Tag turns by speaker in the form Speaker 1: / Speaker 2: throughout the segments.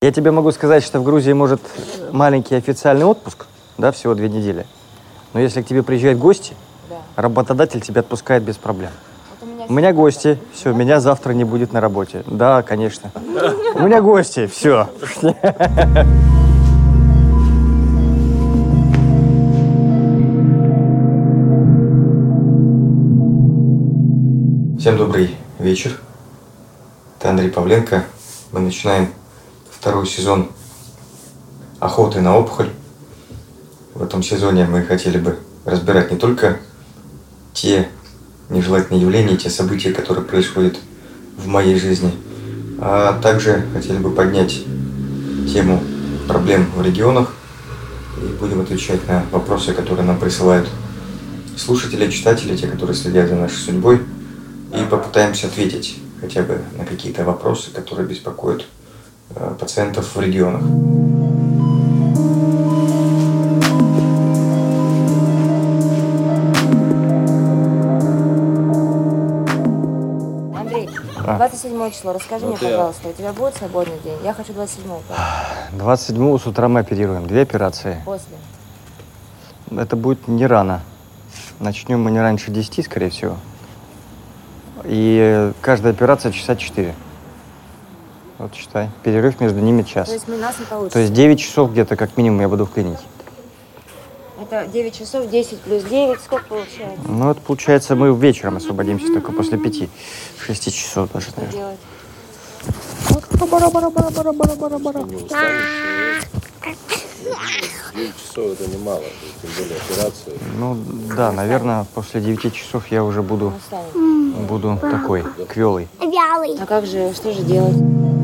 Speaker 1: Я тебе могу сказать, что в Грузии может маленький официальный отпуск, да, всего 2 недели. Но если к тебе приезжают гости, работодатель тебя отпускает без проблем. Вот у меня гости, все, меня завтра не будет на работе. Да, конечно. У меня гости, все. Всем добрый вечер. Это Андрей Павленко. Мы начинаем второй сезон охоты на опухоль. В этом сезоне мы хотели бы разбирать не только те нежелательные явления, те события, которые происходят в моей жизни, а также хотели бы поднять тему проблем в регионах и будем отвечать на вопросы, которые нам присылают слушатели, читатели, те, которые следят за нашей судьбой, и попытаемся ответить хотя бы на какие-то вопросы, которые беспокоят пациентов в регионах.
Speaker 2: Андрей, 27 число, расскажи мне, пожалуйста, у тебя будет свободный день? Я хочу 27-го.
Speaker 1: 27-го с утра мы оперируем. 2 операции.
Speaker 2: После?
Speaker 1: Это будет не рано. Начнем мы не раньше 10, скорее всего. И каждая операция часа 4. Вот считай. Перерыв между ними час.
Speaker 2: То есть нас не получится?
Speaker 1: То есть 9 часов где-то как минимум я буду в клинике.
Speaker 2: Это 9 часов, 10 плюс 9, сколько получается?
Speaker 1: Ну, это получается, мы вечером освободимся, только после 5-6 часов даже,
Speaker 2: Что делать?
Speaker 3: 9 часов это немало, тем более операции.
Speaker 1: Ну, да, наверное, после 9 часов я уже буду такой, квелый.
Speaker 2: Вялый. А как же, что же делать?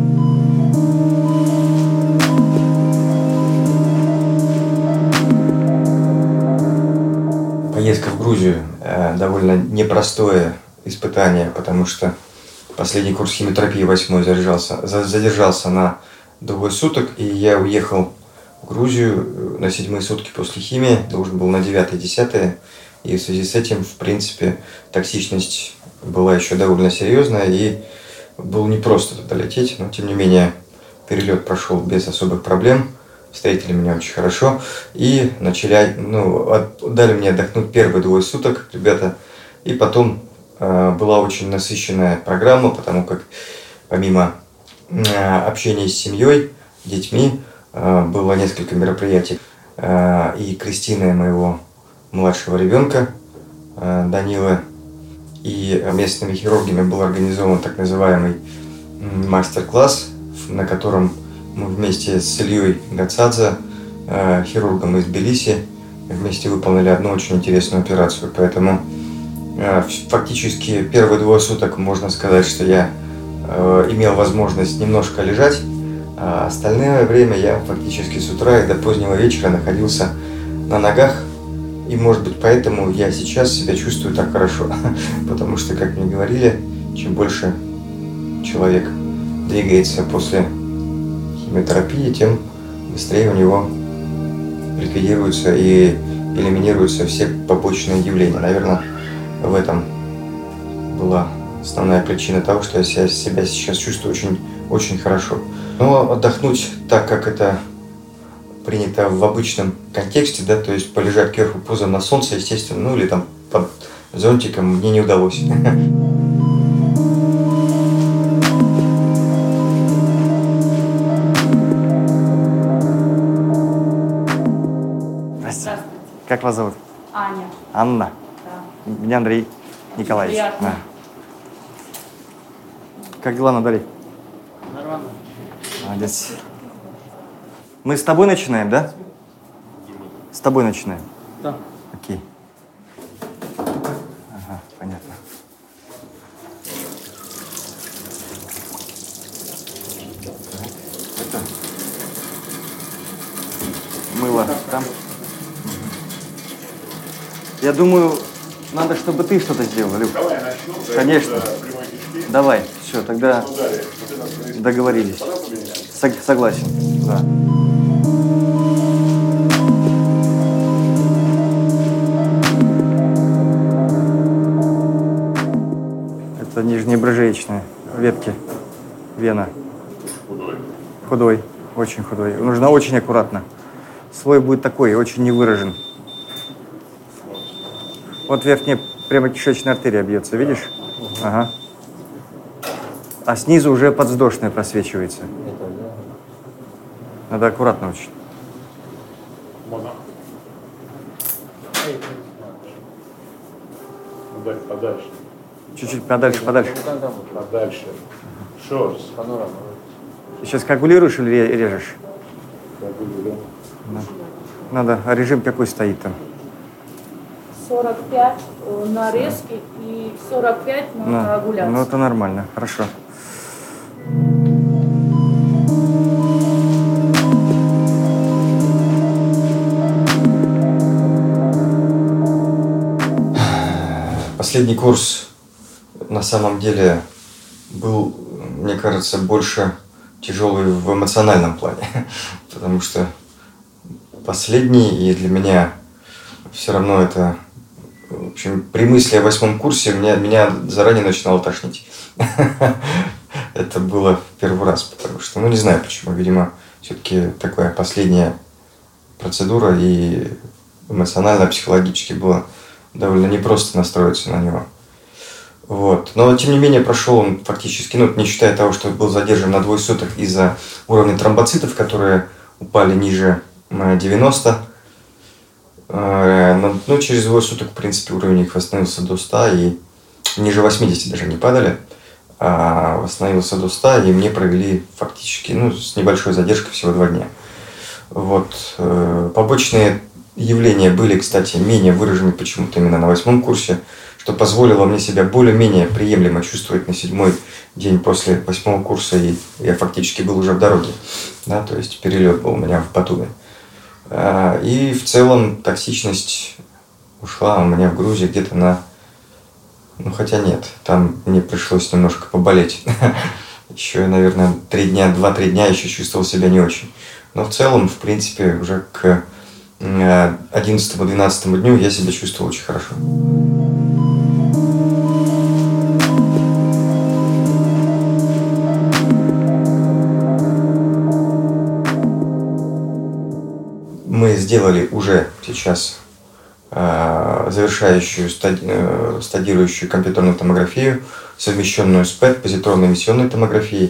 Speaker 1: Поездка в Грузию довольно непростое испытание, потому что последний курс химиотерапии 8-й задержался на 2 суток, и я уехал в Грузию на 7 сутки после химии, должен был на 9-10, и в связи с этим, в принципе, токсичность была еще довольно серьезная, и было непросто туда лететь, но тем не менее перелет прошел без особых проблем. Встретили меня очень хорошо и дали мне отдохнуть первые 2 суток, ребята. И потом была очень насыщенная программа, потому как помимо общения с семьей, детьми, было несколько мероприятий. И крестины моего младшего ребенка Данилы, и местными хирургами был организован так называемый мастер-класс, на котором мы вместе с Ильей Гацадзе, хирургом из Тбилиси, вместе выполнили одну очень интересную операцию. Поэтому фактически первые 2 суток можно сказать, что я имел возможность немножко лежать, а остальное время я фактически с утра и до позднего вечера находился на ногах. И может быть поэтому я сейчас себя чувствую так хорошо. Потому что, как мне говорили, чем больше человек двигается после химиотерапии, тем быстрее у него ликвидируются и элиминируются все побочные явления. Наверное, в этом была основная причина того, что я себя сейчас чувствую очень, очень хорошо. Но отдохнуть так, как это принято в обычном контексте, да, то есть полежать кверху пузом на солнце, естественно, или там под зонтиком, мне не удалось. Здравствуйте. Как вас зовут?
Speaker 4: Аня.
Speaker 1: Анна?
Speaker 4: Да.
Speaker 1: Меня Андрей Николаевич.
Speaker 4: Приятно.
Speaker 1: Как дела, Наталья?
Speaker 4: Нормально.
Speaker 1: Молодец. Мы с тобой начинаем, да? С тобой начинаем?
Speaker 4: Да.
Speaker 1: Окей. Ага, понятно. Так, это... Мыло там. Я думаю, надо, чтобы ты что-то сделал, Люк.
Speaker 3: Давай я начну.
Speaker 1: Конечно. Давай, все, тогда договорились. Согласен, да. Это нижнебрыжеечная ветки, вена.
Speaker 3: Худой.
Speaker 1: Худой.
Speaker 5: Очень худой. Нужно очень аккуратно. Слой будет такой, очень невыражен. Вот верхняя прямокишечная артерия бьется, видишь? Ага. А снизу уже подвздошная просвечивается. Надо аккуратно очень.
Speaker 3: Подальше.
Speaker 5: Чуть-чуть подальше, подальше.
Speaker 3: Подальше. Шорс.
Speaker 5: Ты сейчас коагулируешь или режешь? Да. Надо, а режим какой стоит там?
Speaker 6: 45 нарезки и 45 на коагуляцию.
Speaker 5: Ну, это нормально, хорошо.
Speaker 1: Последний курс на самом деле был, мне кажется, больше тяжелый в эмоциональном плане, потому что последний, и для меня все равно это, в общем, при мысли о 8 курсе меня заранее начинало тошнить. Это было в первый раз, потому что, ну не знаю почему, видимо, все-таки такая последняя процедура, и эмоционально, психологически было довольно непросто настроиться на него. Вот. Но, тем не менее, прошел он фактически, ну, не считая того, что был задержан на 2 суток из-за уровня тромбоцитов, которые упали ниже 90. Но через 2 суток, в принципе, уровень их восстановился до 100, и ниже 80 даже не падали, а восстановился до 100, и мне провели фактически, ну, с небольшой задержкой всего 2 дня. Вот. Побочные явления были, кстати, менее выражены почему-то именно на 8 курсе, что позволило мне себя более-менее приемлемо чувствовать на 7-й день после 8 курса, и я фактически был уже в дороге, да, то есть перелет был у меня в Батуми. И в целом токсичность ушла у меня в Грузии где-то на... Ну, хотя нет, там мне пришлось немножко поболеть. Еще, наверное, 2-3 дня еще чувствовал себя не очень. Но в целом, в принципе, уже к 11-12 дню я себя чувствовал очень хорошо. Мы сделали уже сейчас завершающую стадирующую компьютерную томографию, совмещенную с ПЭТ, позитронной эмиссионной томографией.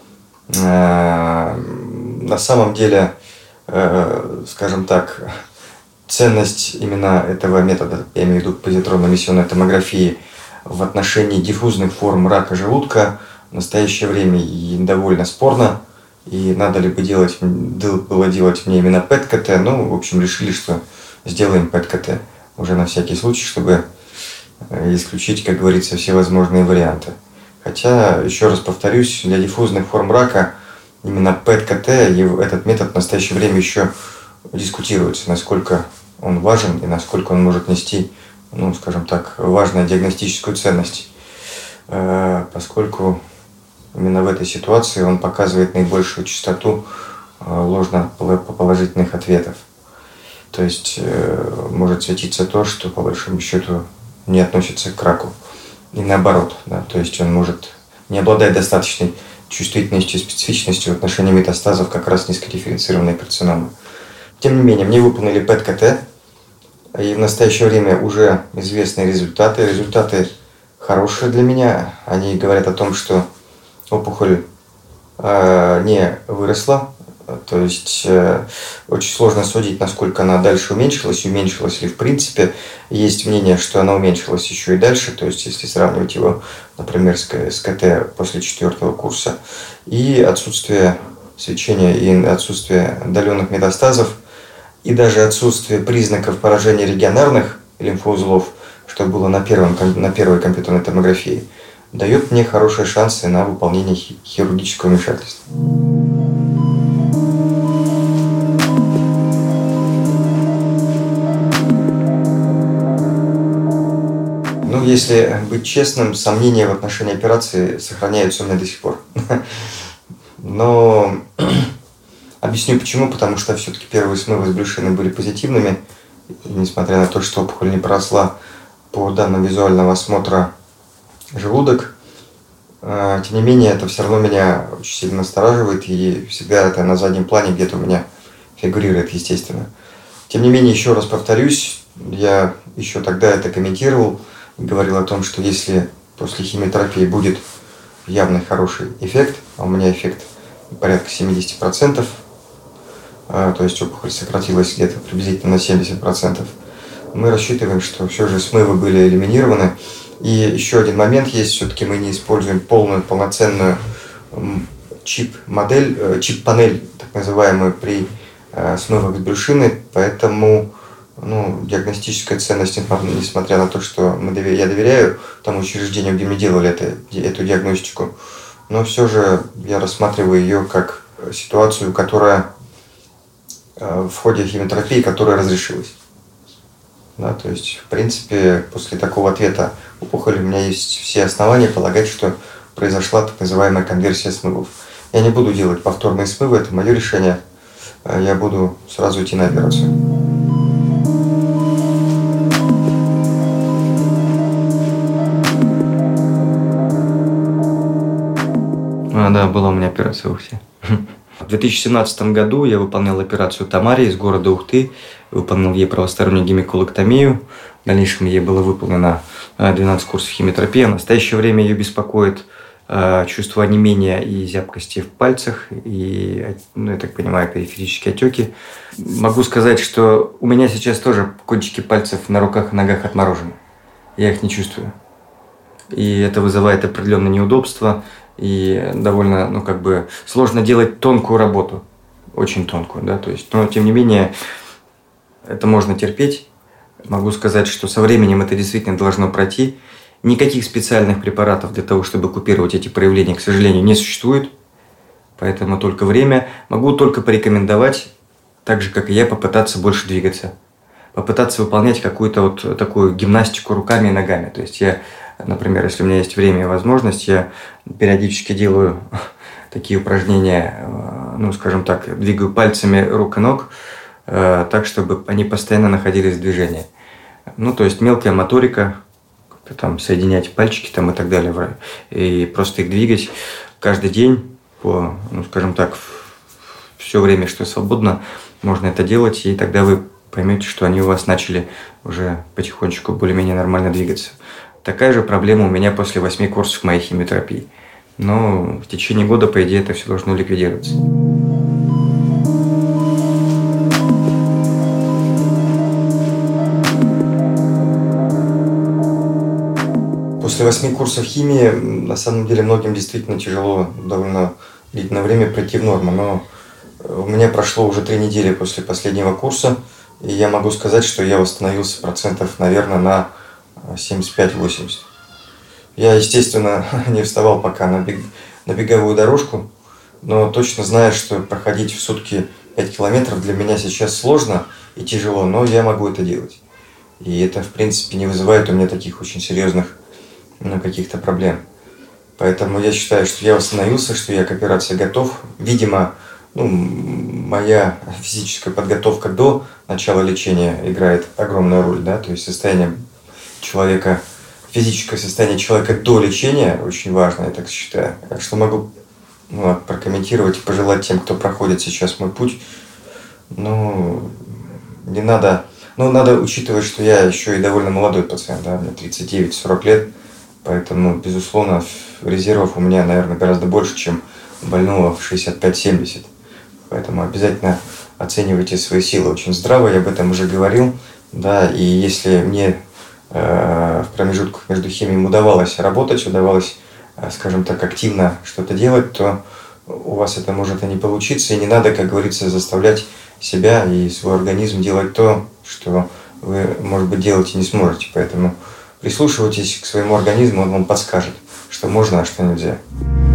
Speaker 1: На самом деле, скажем так, ценность именно этого метода, я имею в виду позитронной эмиссионной томографии, в отношении диффузных форм рака желудка в настоящее время и довольно спорно. И надо ли было делать мне именно ПЭТ-КТ, ну, в общем, решили, что сделаем ПЭТ-КТ уже на всякий случай, чтобы исключить, как говорится, все возможные варианты. Хотя, еще раз повторюсь, для диффузных форм рака именно ПЭТ-КТ, этот метод в настоящее время еще дискутируется, насколько он важен и насколько он может нести, ну, скажем так, важную диагностическую ценность, поскольку именно в этой ситуации он показывает наибольшую частоту ложноположительных ответов. То есть может светиться то, что по большому счету не относится к раку. И наоборот, да, то есть он может не обладать достаточной чувствительностью и специфичностью в отношении метастазов как раз низкодифференцированной карциномы. Тем не менее, мне выполнили ПЭТ-КТ, и в настоящее время уже известны результаты. Результаты хорошие для меня. Они говорят о том, что опухоль не выросла. То есть очень сложно судить, насколько она дальше уменьшилась ли в принципе. Есть мнение, что она уменьшилась еще и дальше. То есть если сравнивать его, например, с КТ после 4-го курса. И отсутствие свечения, и отсутствие отдаленных метастазов, и даже отсутствие признаков поражения регионарных лимфоузлов, что было на первой компьютерной томографии, дает мне хорошие шансы на выполнение хирургического вмешательства. Ну, если быть честным, сомнения в отношении операции сохраняются у меня до сих пор. Но объясню почему. Потому что все-таки первые смывы с брюшины были позитивными. И несмотря на то, что опухоль не проросла по данным визуального осмотра желудок, Тем не менее, это все равно меня очень сильно настораживает, и всегда это на заднем плане где-то у меня фигурирует, естественно. Тем не менее, еще раз повторюсь, я еще тогда это комментировал, говорил о том, что если после химиотерапии будет явный хороший эффект, а у меня эффект порядка 70%, то есть опухоль сократилась где-то приблизительно на 70%, мы рассчитываем, что все же смывы были элиминированы. И еще один момент есть, все-таки мы не используем полноценную чип-панель, так называемую, при смывах с брюшины, поэтому диагностическая ценность, несмотря на то, что я доверяю тому учреждению, где мне делали эту диагностику, но все же я рассматриваю ее как ситуацию, которая в ходе химиотерапии, которая разрешилась. Да, то есть, в принципе, после такого ответа опухоли у меня есть все основания полагать, что произошла так называемая конверсия смывов. Я не буду делать повторные смывы, это мое решение. Я буду сразу идти на операцию. Да, была у меня операция в Ухте. В 2017 году я выполнял операцию Тамаре из города Ухты, выполнил ей правостороннюю гемиколэктомию. В дальнейшем ей было выполнено 12 курсов химиотерапии. В настоящее время ее беспокоит чувство онемения и зябкости в пальцах, и, я так понимаю, периферические отеки. Могу сказать, что у меня сейчас тоже кончики пальцев на руках и ногах отморожены. Я их не чувствую. И это вызывает определенное неудобство. И довольно, сложно делать тонкую работу, очень тонкую, да, то есть, но тем не менее, это можно терпеть. Могу сказать, что со временем это действительно должно пройти. Никаких специальных препаратов для того, чтобы купировать эти проявления, к сожалению, не существует, поэтому только время. Могу только порекомендовать, так же, как и я, попытаться больше двигаться, попытаться выполнять какую-то такую гимнастику руками и ногами, то есть я... Например, если у меня есть время и возможность, я периодически делаю такие упражнения, двигаю пальцами рук и ног, так, чтобы они постоянно находились в движении. То есть мелкая моторика, соединять пальчики и так далее, и просто их двигать каждый день, все время, что свободно, можно это делать, и тогда вы поймете, что они у вас начали уже потихонечку более-менее нормально двигаться. Такая же проблема у меня после 8 курсов моей химиотерапии. Но в течение года, по идее, это все должно ликвидироваться. После 8 курсов химии, на самом деле, многим действительно тяжело довольно длительное время прийти в норму. Но у меня прошло уже 3 недели после последнего курса, и я могу сказать, что я восстановился процентов, наверное, на 75-80. Я, естественно, не вставал пока на беговую дорожку, но точно знаю, что проходить в сутки 5 километров для меня сейчас сложно и тяжело, но я могу это делать. И это, в принципе, не вызывает у меня таких очень серьезных каких-то проблем. Поэтому я считаю, что я восстановился, что я к операции готов. Видимо, моя физическая подготовка до начала лечения играет огромную роль, да, то есть физическое состояние человека до лечения очень важно, я так считаю. Так что могу прокомментировать и пожелать тем, кто проходит сейчас мой путь. Не надо. Надо учитывать, что я еще и довольно молодой пациент, да, мне 39-40 лет, поэтому, безусловно, резервов у меня, наверное, гораздо больше, чем больного в 65-70. Поэтому обязательно оценивайте свои силы очень здраво, я об этом уже говорил, да, и если мне в промежутках между химией удавалось работать, скажем так, активно что-то делать, то у вас это может и не получиться, и не надо, как говорится, заставлять себя и свой организм делать то, что вы, может быть, делать и не сможете. Поэтому прислушивайтесь к своему организму, он вам подскажет, что можно, а что нельзя.